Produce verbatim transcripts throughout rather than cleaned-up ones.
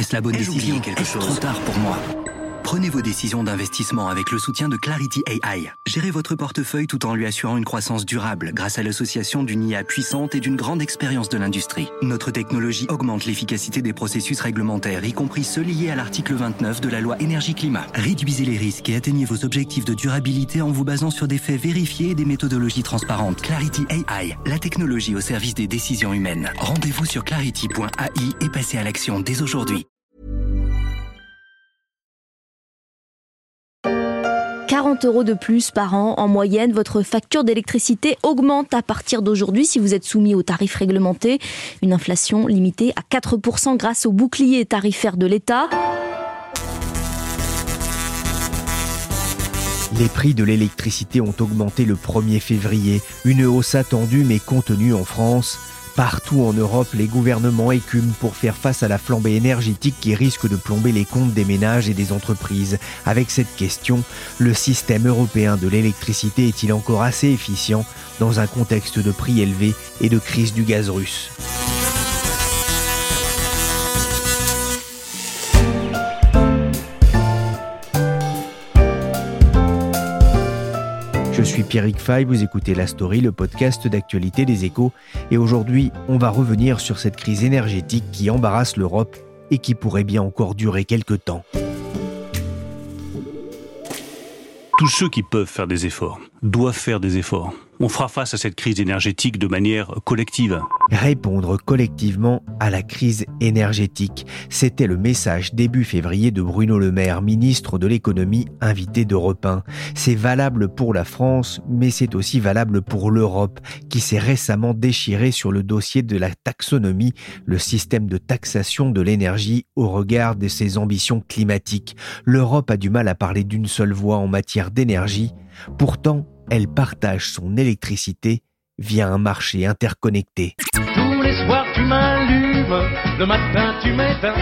Est-ce la bonne Ai-je décision? oublié quelque Est-ce chose? trop tard pour moi? Prenez vos décisions d'investissement avec le soutien de Clarity A I. Gérez votre portefeuille tout en lui assurant une croissance durable grâce à l'association d'une I A puissante et d'une grande expérience de l'industrie. Notre technologie augmente l'efficacité des processus réglementaires, y compris ceux liés à l'article vingt-neuf de la loi énergie-climat. Réduisez les risques et atteignez vos objectifs de durabilité en vous basant sur des faits vérifiés et des méthodologies transparentes. Clarity A I, la technologie au service des décisions humaines. Rendez-vous sur clarity point A I et passez à l'action dès aujourd'hui. quarante euros de plus par an en moyenne. Votre facture d'électricité augmente à partir d'aujourd'hui si vous êtes soumis aux tarifs réglementés. Une inflation limitée à quatre pour cent grâce au bouclier tarifaire de l'État. Les prix de l'électricité ont augmenté le premier février. Une hausse attendue mais contenue en France. Partout en Europe, les gouvernements écument pour faire face à la flambée énergétique qui risque de plomber les comptes des ménages et des entreprises. Avec cette question, le système européen de l'électricité est-il encore assez efficient dans un contexte de prix élevés et de crise du gaz russe ? Je suis Pierrick Fay, vous écoutez La Story, le podcast d'actualité des Échos. Et aujourd'hui, on va revenir sur cette crise énergétique qui embarrasse l'Europe et qui pourrait bien encore durer quelque temps. Tous ceux qui peuvent faire des efforts doivent faire des efforts. On fera face à cette crise énergétique de manière collective. Répondre collectivement à la crise énergétique, c'était le message début février de Bruno Le Maire, ministre de l'économie, invité d'Europe un. C'est valable pour la France, mais c'est aussi valable pour l'Europe, qui s'est récemment déchirée sur le dossier de la taxonomie, le système de taxation de l'énergie au regard de ses ambitions climatiques. L'Europe a du mal à parler d'une seule voix en matière d'énergie. Pourtant, elle partage son électricité via un marché interconnecté. Tous les soirs tu m'allumes, le matin tu m'éteins.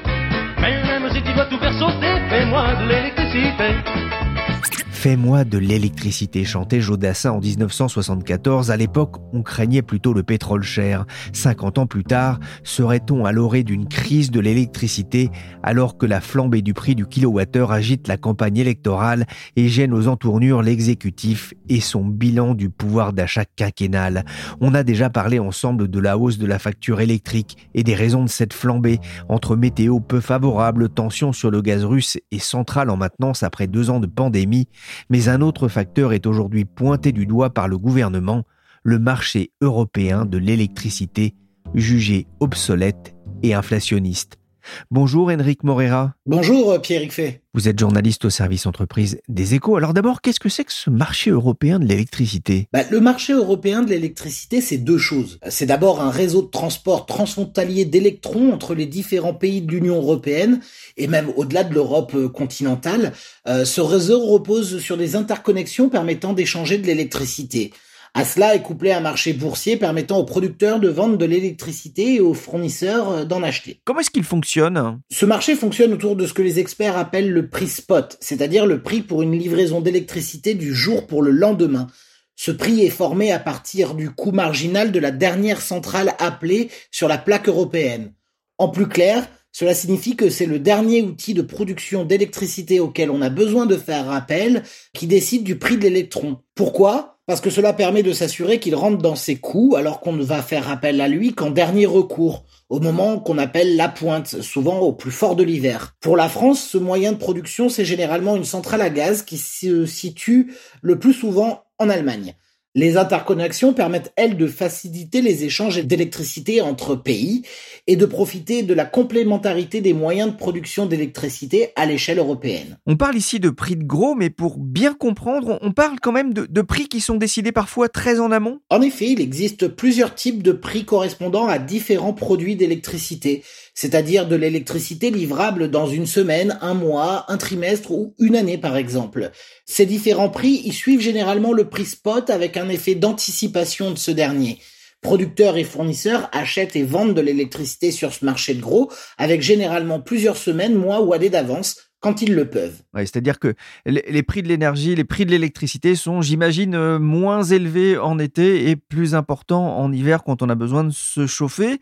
Même si tu dois tout faire sauter, fais-moi de l'électricité. Fais-moi de l'électricité, chantait Jodassin en dix-neuf cent soixante-quatorze. À l'époque, on craignait plutôt le pétrole cher. cinquante ans plus tard, serait-on à l'orée d'une crise de l'électricité alors que la flambée du prix du kilowattheure agite la campagne électorale et gêne aux entournures l'exécutif et son bilan du pouvoir d'achat quinquennal? On a déjà parlé ensemble de la hausse de la facture électrique et des raisons de cette flambée, entre météo peu favorable, tensions sur le gaz russe et centrales en maintenance après deux ans de pandémie. Mais un autre facteur est aujourd'hui pointé du doigt par le gouvernement, le marché européen de l'électricité, jugé obsolète et inflationniste. Bonjour Enrique Morera. Bonjour Pierrick Fay. Vous êtes journaliste au service entreprise des Échos. Alors d'abord, qu'est-ce que c'est que ce marché européen de l'électricité ? Bah, le marché européen de l'électricité, c'est deux choses. C'est d'abord un réseau de transport transfrontalier d'électrons entre les différents pays de l'Union européenne et même au-delà de l'Europe continentale. Euh, ce réseau repose sur des interconnexions permettant d'échanger de l'électricité. À cela est couplé un marché boursier permettant aux producteurs de vendre de l'électricité et aux fournisseurs d'en acheter. Comment est-ce qu'il fonctionne ? Ce marché fonctionne autour de ce que les experts appellent le prix spot, c'est-à-dire le prix pour une livraison d'électricité du jour pour le lendemain. Ce prix est formé à partir du coût marginal de la dernière centrale appelée sur la plaque européenne. En plus clair, cela signifie que c'est le dernier outil de production d'électricité auquel on a besoin de faire appel qui décide du prix de l'électron. Pourquoi ? Parce que cela permet de s'assurer qu'il rentre dans ses coûts alors qu'on ne va faire appel à lui qu'en dernier recours, au moment qu'on appelle la pointe, souvent au plus fort de l'hiver. Pour la France, ce moyen de production, c'est généralement une centrale à gaz qui se situe le plus souvent en Allemagne. Les interconnexions permettent, elles, de faciliter les échanges d'électricité entre pays et de profiter de la complémentarité des moyens de production d'électricité à l'échelle européenne. On parle ici de prix de gros, mais pour bien comprendre, on parle quand même de, de prix qui sont décidés parfois très en amont. En effet, il existe plusieurs types de prix correspondant à différents produits d'électricité, c'est-à-dire de l'électricité livrable dans une semaine, un mois, un trimestre ou une année par exemple. Ces différents prix y suivent généralement le prix spot avec un effet d'anticipation de ce dernier. Producteurs et fournisseurs achètent et vendent de l'électricité sur ce marché de gros avec généralement plusieurs semaines, mois ou années d'avance quand ils le peuvent. Ouais, c'est-à-dire que les prix de l'énergie, les prix de l'électricité sont, j'imagine, moins élevés en été et plus importants en hiver quand on a besoin de se chauffer.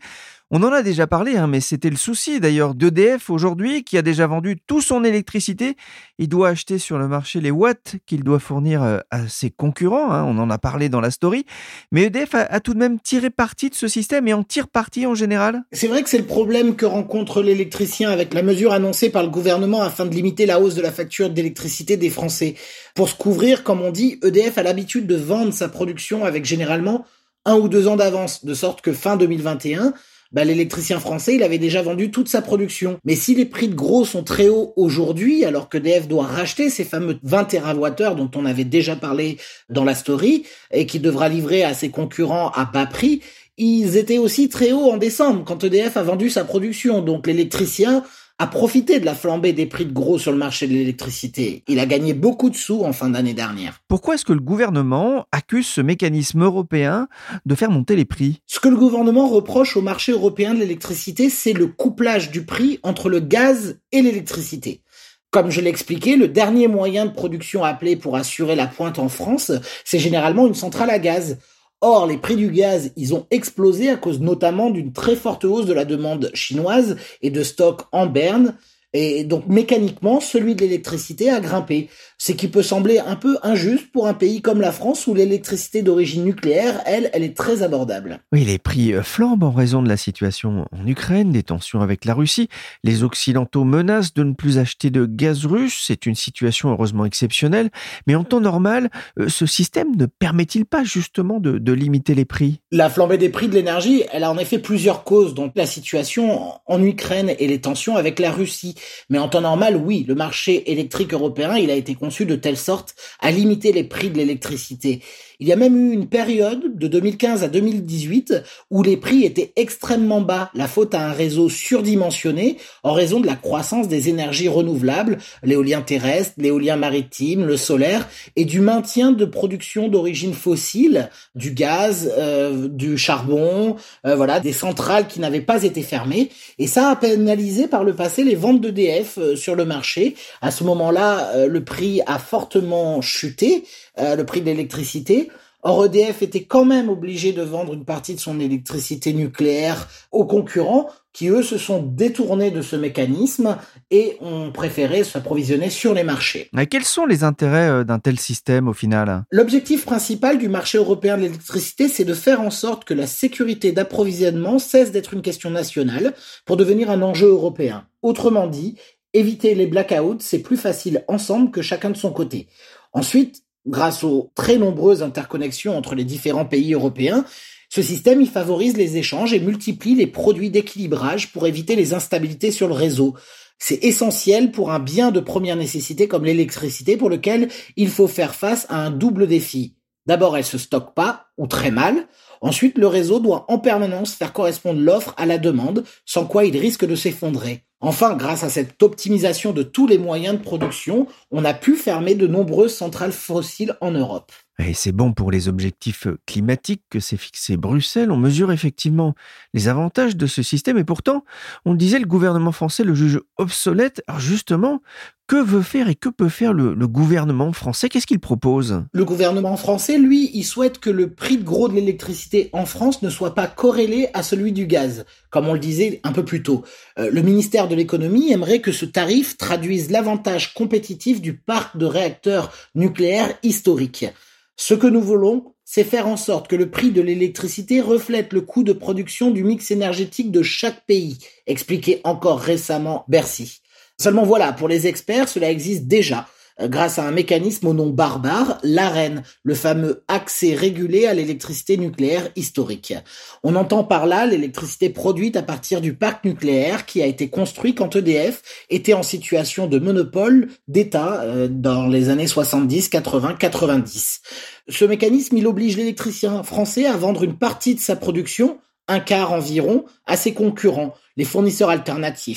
On en a déjà parlé, hein, mais c'était le souci d'ailleurs d'E D F aujourd'hui, qui a déjà vendu toute son électricité. Il doit acheter sur le marché les watts qu'il doit fournir à ses concurrents, hein, on en a parlé dans la story. Mais E D F a, a tout de même tiré parti de ce système et en tire parti en général. C'est vrai que c'est le problème que rencontre l'électricien avec la mesure annoncée par le gouvernement afin de limiter la hausse de la facture d'électricité des Français. Pour se couvrir, comme on dit, E D F a l'habitude de vendre sa production avec généralement un ou deux ans d'avance, de sorte que fin deux mille vingt et un, bah, l'électricien français, il avait déjà vendu toute sa production. Mais si les prix de gros sont très hauts aujourd'hui, alors que E D F doit racheter ces fameux vingt térawattheures dont on avait déjà parlé dans la story, et qui devra livrer à ses concurrents à bas prix, ils étaient aussi très hauts en décembre, quand E D F a vendu sa production. Donc l'électricien a profité de la flambée des prix de gros sur le marché de l'électricité. Il a gagné beaucoup de sous en fin d'année dernière. Pourquoi est-ce que le gouvernement accuse ce mécanisme européen de faire monter les prix ? Ce que le gouvernement reproche au marché européen de l'électricité, c'est le couplage du prix entre le gaz et l'électricité. Comme je l'ai expliqué, le dernier moyen de production appelé pour assurer la pointe en France, c'est généralement une centrale à gaz. Or, les prix du gaz, ils ont explosé à cause notamment d'une très forte hausse de la demande chinoise et de stocks en berne. Et donc, mécaniquement, celui de l'électricité a grimpé. Ce qui peut sembler un peu injuste pour un pays comme la France où l'électricité d'origine nucléaire, elle, elle est très abordable. Oui, les prix flambent en raison de la situation en Ukraine, des tensions avec la Russie. Les Occidentaux menacent de ne plus acheter de gaz russe. C'est une situation heureusement exceptionnelle. Mais en temps normal, ce système ne permet-il pas justement de, de limiter les prix ? La flambée des prix de l'énergie, elle a en effet plusieurs causes, donc la situation en Ukraine et les tensions avec la Russie. Mais en temps normal, oui, le marché électrique européen, il a été conçu de telle sorte à limiter les prix de l'électricité. Il y a même eu une période de deux mille quinze à deux mille dix-huit où les prix étaient extrêmement bas, la faute à un réseau surdimensionné en raison de la croissance des énergies renouvelables, l'éolien terrestre, l'éolien maritime, le solaire, et du maintien de production d'origine fossile, du gaz, euh, du charbon, euh, voilà, des centrales qui n'avaient pas été fermées. Et ça a pénalisé par le passé les ventes d'E D F euh, sur le marché. À ce moment-là, euh, le prix a fortement chuté, euh, le prix de l'électricité. Or, E D F était quand même obligé de vendre une partie de son électricité nucléaire aux concurrents qui, eux, se sont détournés de ce mécanisme et ont préféré s'approvisionner sur les marchés. Mais quels sont les intérêts d'un tel système au final ? L'objectif principal du marché européen de l'électricité, c'est de faire en sorte que la sécurité d'approvisionnement cesse d'être une question nationale pour devenir un enjeu européen. Autrement dit, éviter les blackouts, c'est plus facile ensemble que chacun de son côté. Ensuite, grâce aux très nombreuses interconnexions entre les différents pays européens, ce système, il favorise les échanges et multiplie les produits d'équilibrage pour éviter les instabilités sur le réseau. C'est essentiel pour un bien de première nécessité comme l'électricité pour lequel il faut faire face à un double défi. D'abord, elle se stocke pas, ou très mal. Ensuite, le réseau doit en permanence faire correspondre l'offre à la demande, sans quoi il risque de s'effondrer. Enfin, grâce à cette optimisation de tous les moyens de production, on a pu fermer de nombreuses centrales fossiles en Europe. Et c'est bon pour les objectifs climatiques que s'est fixé Bruxelles. On mesure effectivement les avantages de ce système et pourtant, on le disait, le gouvernement français le juge obsolète. Alors justement, que veut faire et que peut faire le, le gouvernement français ? Qu'est-ce qu'il propose ? Le gouvernement français, lui, il souhaite que le prix de gros de l'électricité en France ne soit pas corrélé à celui du gaz, comme on le disait un peu plus tôt. Euh, le ministère de l'économie aimerait que ce tarif traduise l'avantage compétitif du parc de réacteurs nucléaires historiques. Ce que nous voulons, c'est faire en sorte que le prix de l'électricité reflète le coût de production du mix énergétique de chaque pays, expliquait encore récemment Bercy. Seulement voilà, pour les experts, cela existe déjà, grâce à un mécanisme au nom barbare, l'ARENH, le fameux accès régulé à l'électricité nucléaire historique. On entend par là l'électricité produite à partir du parc nucléaire qui a été construit quand E D F était en situation de monopole d'État euh, dans les années soixante-dix, quatre-vingts, quatre-vingt-dix. Ce mécanisme, il oblige l'électricien français à vendre une partie de sa production, un quart environ, à ses concurrents, les fournisseurs alternatifs.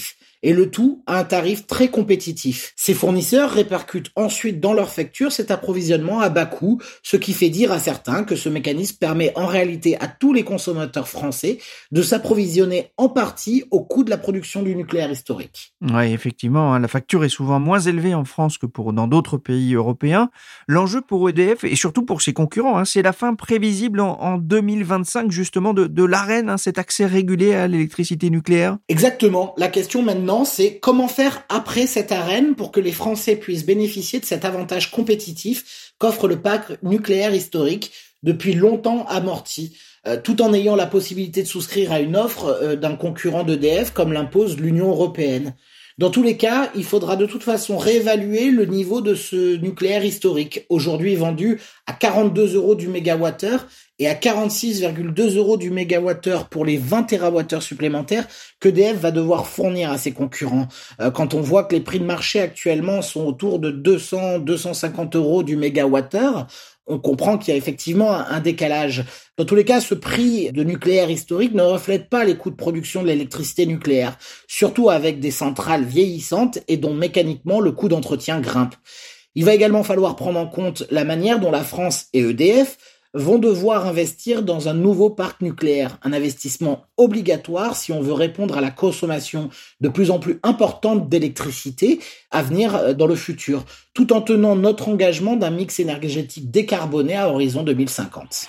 et le tout à un tarif très compétitif. Ces fournisseurs répercutent ensuite dans leur facture cet approvisionnement à bas coût, ce qui fait dire à certains que ce mécanisme permet en réalité à tous les consommateurs français de s'approvisionner en partie au coût de la production du nucléaire historique. Oui, effectivement, hein, la facture est souvent moins élevée en France que pour dans d'autres pays européens. L'enjeu pour E D F et surtout pour ses concurrents, hein, c'est la fin prévisible en, en deux mille vingt-cinq justement de, de l'Arenh, hein, cet accès régulé à l'électricité nucléaire. Exactement. La question maintenant, c'est comment faire après cette Arenh pour que les Français puissent bénéficier de cet avantage compétitif qu'offre le parc nucléaire historique depuis longtemps amorti, euh, tout en ayant la possibilité de souscrire à une offre euh, d'un concurrent d'E D F comme l'impose l'Union européenne. Dans tous les cas, il faudra de toute façon réévaluer le niveau de ce nucléaire historique, aujourd'hui vendu à quarante-deux euros du mégawattheure et à quarante-six virgule deux euros du mégawattheure pour les vingt térawattheures supplémentaires qu'E D F va devoir fournir à ses concurrents. Euh, quand on voit que les prix de marché actuellement sont autour de deux cents à deux cent cinquante euros du mégawattheure, on comprend qu'il y a effectivement un décalage. Dans tous les cas, ce prix de nucléaire historique ne reflète pas les coûts de production de l'électricité nucléaire, surtout avec des centrales vieillissantes et dont mécaniquement le coût d'entretien grimpe. Il va également falloir prendre en compte la manière dont la France et E D F vont devoir investir dans un nouveau parc nucléaire, un investissement obligatoire si on veut répondre à la consommation de plus en plus importante d'électricité à venir dans le futur, tout en tenant notre engagement d'un mix énergétique décarboné à horizon deux mille cinquante.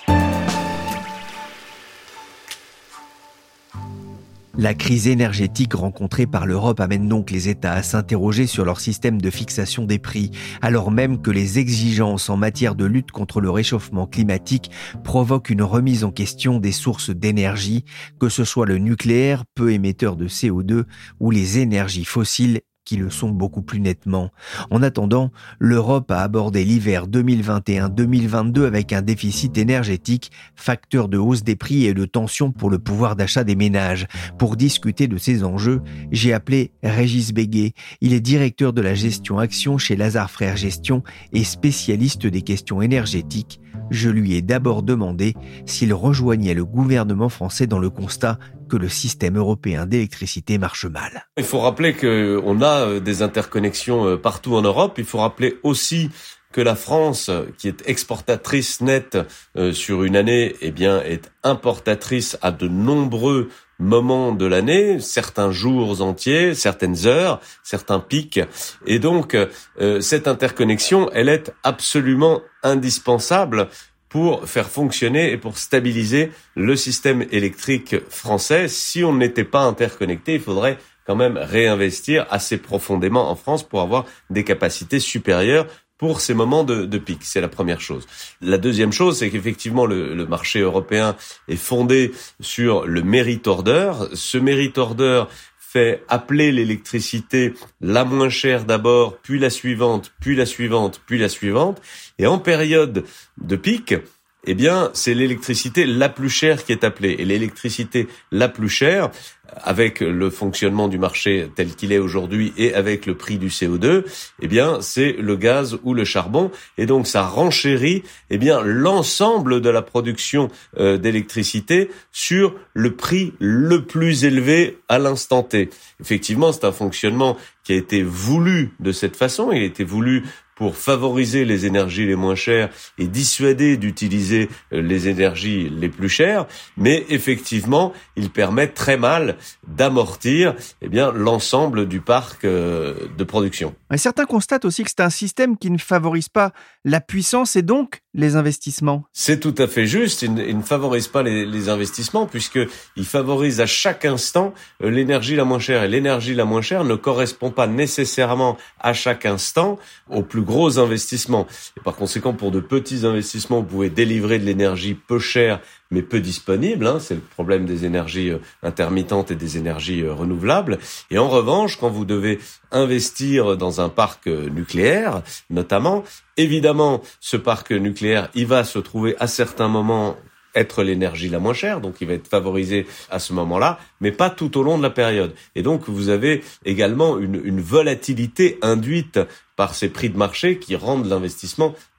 La crise énergétique rencontrée par l'Europe amène donc les États à s'interroger sur leur système de fixation des prix, alors même que les exigences en matière de lutte contre le réchauffement climatique provoquent une remise en question des sources d'énergie, que ce soit le nucléaire, peu émetteur de C O deux, ou les énergies fossiles, qui le sont beaucoup plus nettement. En attendant, l'Europe a abordé l'hiver deux mille vingt et un deux mille vingt-deux avec un déficit énergétique, facteur de hausse des prix et de tension pour le pouvoir d'achat des ménages. Pour discuter de ces enjeux, j'ai appelé Régis Béguet. Il est directeur de la gestion action chez Lazare Frères Gestion et spécialiste des questions énergétiques. Je lui ai d'abord demandé s'il rejoignait le gouvernement français dans le constat que le système européen d'électricité marche mal. Il faut rappeler qu'on a des interconnexions partout en Europe. Il faut rappeler aussi que la France, qui est exportatrice nette euh, sur une année, eh bien, est importatrice à de nombreux moments de l'année, certains jours entiers, certaines heures, certains pics. Et donc, euh, cette interconnexion, elle est absolument indispensable pour faire fonctionner et pour stabiliser le système électrique français. Si on n'était pas interconnecté, il faudrait quand même réinvestir assez profondément en France pour avoir des capacités supérieures pour ces moments de, de pic. C'est la première chose. La deuxième chose, c'est qu'effectivement, le, le marché européen est fondé sur le merit order. Ce merit order fait appeler l'électricité la moins chère d'abord, puis la suivante, puis la suivante, puis la suivante. Et en période de pic, eh bien, c'est l'électricité la plus chère qui est appelée. Et l'électricité la plus chère, avec le fonctionnement du marché tel qu'il est aujourd'hui et avec le prix du C O deux, eh bien, c'est le gaz ou le charbon. Et donc, ça renchérit, eh bien, l'ensemble de la production euh, d'électricité sur le prix le plus élevé à l'instant T. Effectivement, c'est un fonctionnement qui a été voulu de cette façon. Il a été voulu pour favoriser les énergies les moins chères et dissuader d'utiliser les énergies les plus chères, mais effectivement, il permet très mal d'amortir eh bien l'ensemble du parc euh, de production. Mais certains constatent aussi que c'est un système qui ne favorise pas la puissance et donc les investissements. C'est tout à fait juste, il ne, il ne favorise pas les, les investissements puisqu'il favorise à chaque instant euh, l'énergie la moins chère. Et l'énergie la moins chère ne correspond pas nécessairement à chaque instant au plus gros investissements. Et par conséquent, pour de petits investissements, vous pouvez délivrer de l'énergie peu chère mais peu disponible, hein, c'est le problème des énergies euh, intermittentes et des énergies euh, renouvelables. Et en revanche, quand vous devez investir dans un parc euh, nucléaire, notamment, évidemment, ce parc nucléaire, il va se trouver à certains moments être l'énergie la moins chère, donc il va être favorisé à ce moment-là, mais pas tout au long de la période. Et donc, vous avez également une, une volatilité induite par ces prix de marché qui rendent l'investissement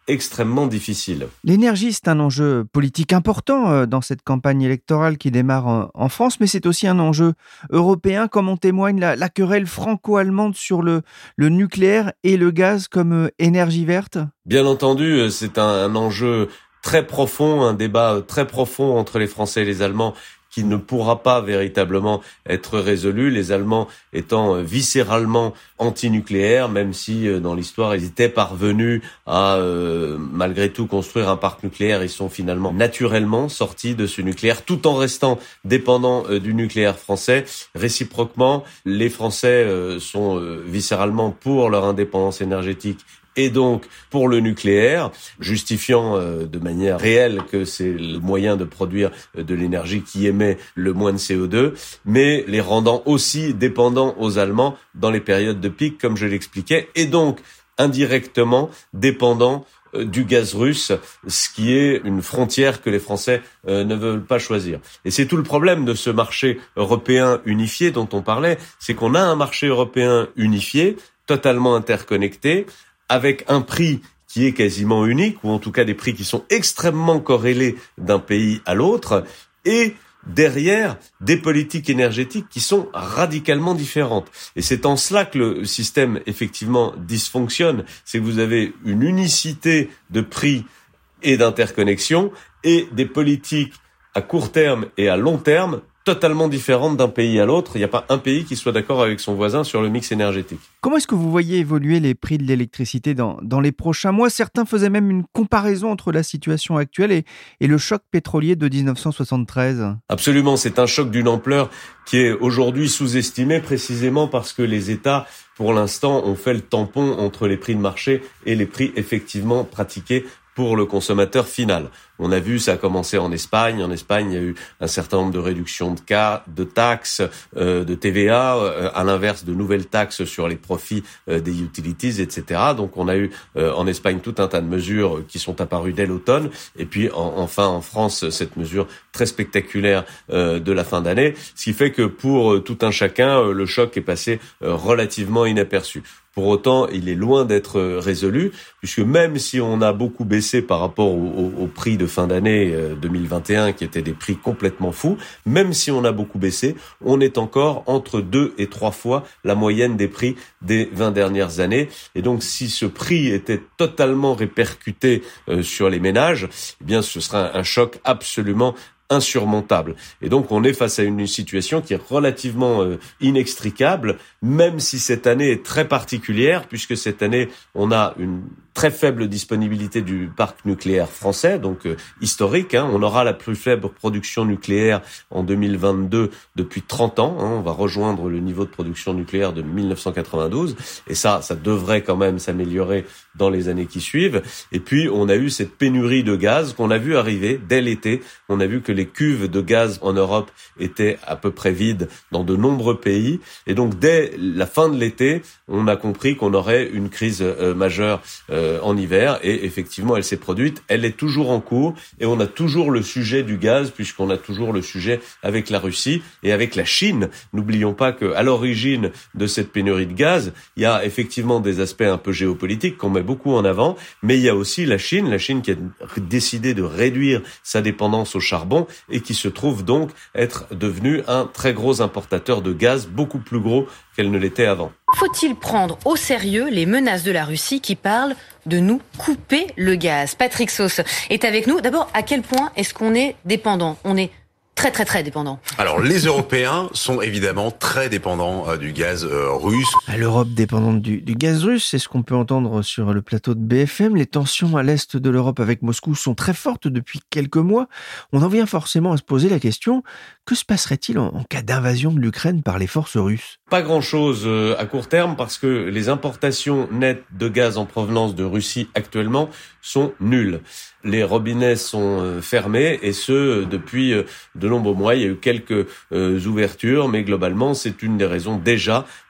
extrêmement difficile. L'énergie, c'est un enjeu politique important dans cette campagne électorale qui démarre en France, mais c'est aussi un enjeu européen, comme en témoigne la, la querelle franco-allemande sur le, le nucléaire et le gaz comme énergie verte. Bien entendu, c'est un, un enjeu très profond, un débat très profond entre les Français et les Allemands qui ne pourra pas véritablement être résolu, les Allemands étant viscéralement antinucléaires, même si dans l'histoire ils étaient parvenus à euh, malgré tout construire un parc nucléaire, ils sont finalement naturellement sortis de ce nucléaire tout en restant dépendants euh, du nucléaire français. Réciproquement, les Français euh, sont euh, viscéralement pour leur indépendance énergétique et donc pour le nucléaire, justifiant euh, de manière réelle que c'est le moyen de produire euh, de l'énergie qui émet le moins de C O deux, mais les rendant aussi dépendants aux Allemands dans les périodes de pic, comme je l'expliquais, et donc indirectement dépendants euh, du gaz russe, ce qui est une frontière que les Français euh, ne veulent pas choisir. Et c'est tout le problème de ce marché européen unifié dont on parlait, c'est qu'on a un marché européen unifié, totalement interconnecté, avec un prix qui est quasiment unique, ou en tout cas des prix qui sont extrêmement corrélés d'un pays à l'autre, et derrière des politiques énergétiques qui sont radicalement différentes. Et c'est en cela que le système effectivement dysfonctionne, c'est que vous avez une unicité de prix et d'interconnexion, et des politiques à court terme et à long terme totalement différentes d'un pays à l'autre. Il n'y a pas un pays qui soit d'accord avec son voisin sur le mix énergétique. Comment est-ce que vous voyez évoluer les prix de l'électricité dans, dans les prochains mois ? Certains faisaient même une comparaison entre la situation actuelle et, et le choc pétrolier de dix-neuf cent soixante-treize. Absolument, c'est un choc d'une ampleur qui est aujourd'hui sous-estimé précisément parce que les États, pour l'instant, ont fait le tampon entre les prix de marché et les prix effectivement pratiqués pour le consommateur final. On a vu, ça a commencé en Espagne. En Espagne, il y a eu un certain nombre de réductions de cas, de taxes, euh, de T V A, euh, à l'inverse de nouvelles taxes sur les profits euh, des utilities, et cetera. Donc, on a eu euh, en Espagne tout un tas de mesures qui sont apparues dès l'automne. Et puis, en, enfin, en France, cette mesure très spectaculaire euh, de la fin d'année, ce qui fait que pour euh, tout un chacun, euh, le choc est passé euh, relativement inaperçu. Pour autant, il est loin d'être résolu, puisque même si on a beaucoup baissé par rapport au, au, au prix de fin d'année deux mille vingt et un, qui étaient des prix complètement fous, même si on a beaucoup baissé, on est encore entre deux et trois fois la moyenne des prix des vingt dernières années. Et donc, si ce prix était totalement répercuté euh, sur les ménages, eh bien, ce serait un, un choc absolument insurmontable. Et donc, on est face à une situation qui est relativement euh, inextricable, même si cette année est très particulière, puisque cette année, on a une très faible disponibilité du parc nucléaire français, donc euh, historique. Hein. On aura la plus faible production nucléaire en deux mille vingt-deux depuis trente ans. Hein. On va rejoindre le niveau de production nucléaire de dix-neuf cent quatre-vingt-douze. Et ça, ça devrait quand même s'améliorer dans les années qui suivent. Et puis, on a eu cette pénurie de gaz qu'on a vu arriver dès l'été. On a vu que les cuves de gaz en Europe étaient à peu près vides dans de nombreux pays. Et donc, dès la fin de l'été, on a compris qu'on aurait une crise euh, majeure euh, en hiver. Et effectivement, elle s'est produite. Elle est toujours en cours. Et on a toujours le sujet du gaz, puisqu'on a toujours le sujet avec la Russie et avec la Chine. N'oublions pas qu'à l'origine de cette pénurie de gaz, il y a effectivement des aspects un peu géopolitiques qu'on met beaucoup en avant. Mais il y a aussi la Chine. La Chine qui a décidé de réduire sa dépendance au charbon et qui se trouve donc être devenue un très gros importateur de gaz, beaucoup plus gros qu'elle ne l'était avant. Faut-il prendre au sérieux les menaces de la Russie qui parlent de nous couper le gaz ? Patrick Sauce est avec nous. D'abord, à quel point est-ce qu'on est dépendant ? On est très très très dépendant. Alors les Européens sont évidemment très dépendants euh, du gaz euh, russe. L'Europe dépendante du, du gaz russe, c'est ce qu'on peut entendre sur le plateau de B F M. Les tensions à l'est de l'Europe avec Moscou sont très fortes depuis quelques mois. On en vient forcément à se poser la question, que se passerait-il en, en cas d'invasion de l'Ukraine par les forces russes ? Pas grand-chose euh, à court terme parce que les importations nettes de gaz en provenance de Russie actuellement sont nulles. Les robinets sont euh, fermés et ce euh, depuis euh, de nombreux mois. Il y a eu quelques euh, ouvertures, mais globalement, c'est une des raisons déjà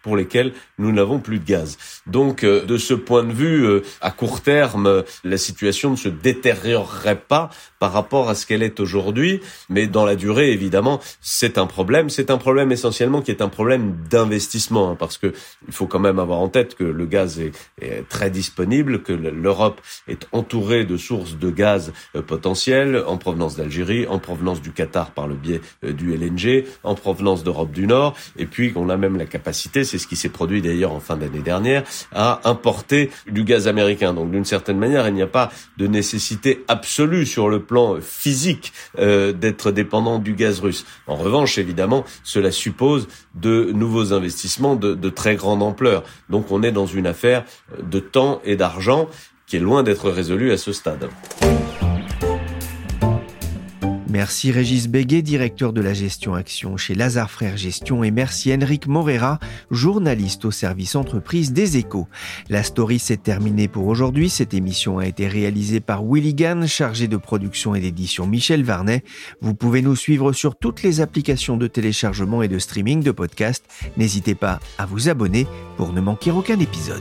pour lesquels nous n'avons plus de gaz. Donc, euh, de ce point de vue, euh, à court terme, euh, la situation ne se détériorerait pas par rapport à ce qu'elle est aujourd'hui, mais dans la durée, évidemment, c'est un problème. C'est un problème essentiellement qui est un problème d'investissement, hein, parce que il faut quand même avoir en tête que le gaz est, est très disponible, que l'Europe est entourée de sources de gaz euh, potentielles en provenance d'Algérie, en provenance du Qatar par le biais euh, du L N G, en provenance d'Europe du Nord, et puis qu'on a même la capacité, c'est ce qui s'est produit d'ailleurs en fin d'année dernière, à importer du gaz américain. Donc d'une certaine manière, il n'y a pas de nécessité absolue sur le plan physique euh, d'être dépendant du gaz russe. En revanche, évidemment, cela suppose de nouveaux investissements de, de très grande ampleur. Donc on est dans une affaire de temps et d'argent qui est loin d'être résolue à ce stade. Merci Régis Béguet, directeur de la gestion action chez Lazare Frères Gestion, et merci Enric Morera, journaliste au service entreprise des Échos. La story s'est terminée pour aujourd'hui. Cette émission a été réalisée par Willy Gann, chargé de production et d'édition Michel Varnet. Vous pouvez nous suivre sur toutes les applications de téléchargement et de streaming de podcasts. N'hésitez pas à vous abonner pour ne manquer aucun épisode.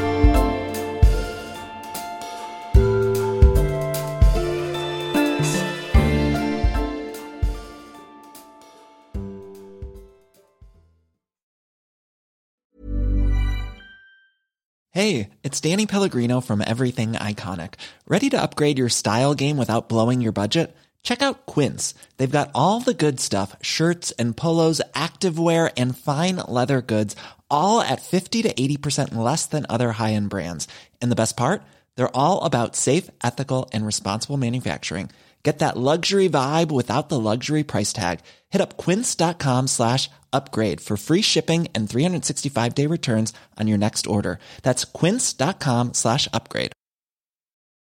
Hey, it's Danny Pellegrino from Everything Iconic. Ready to upgrade your style game without blowing your budget? Check out Quince. They've got all the good stuff, shirts and polos, activewear, and fine leather goods, all at fifty to eighty percent less than other high-end brands. And the best part? They're all about safe, ethical, and responsible manufacturing. Get that luxury vibe without the luxury price tag. Hit up quince.com slash upgrade for free shipping and three sixty-five day returns on your next order. That's quince.com slash upgrade.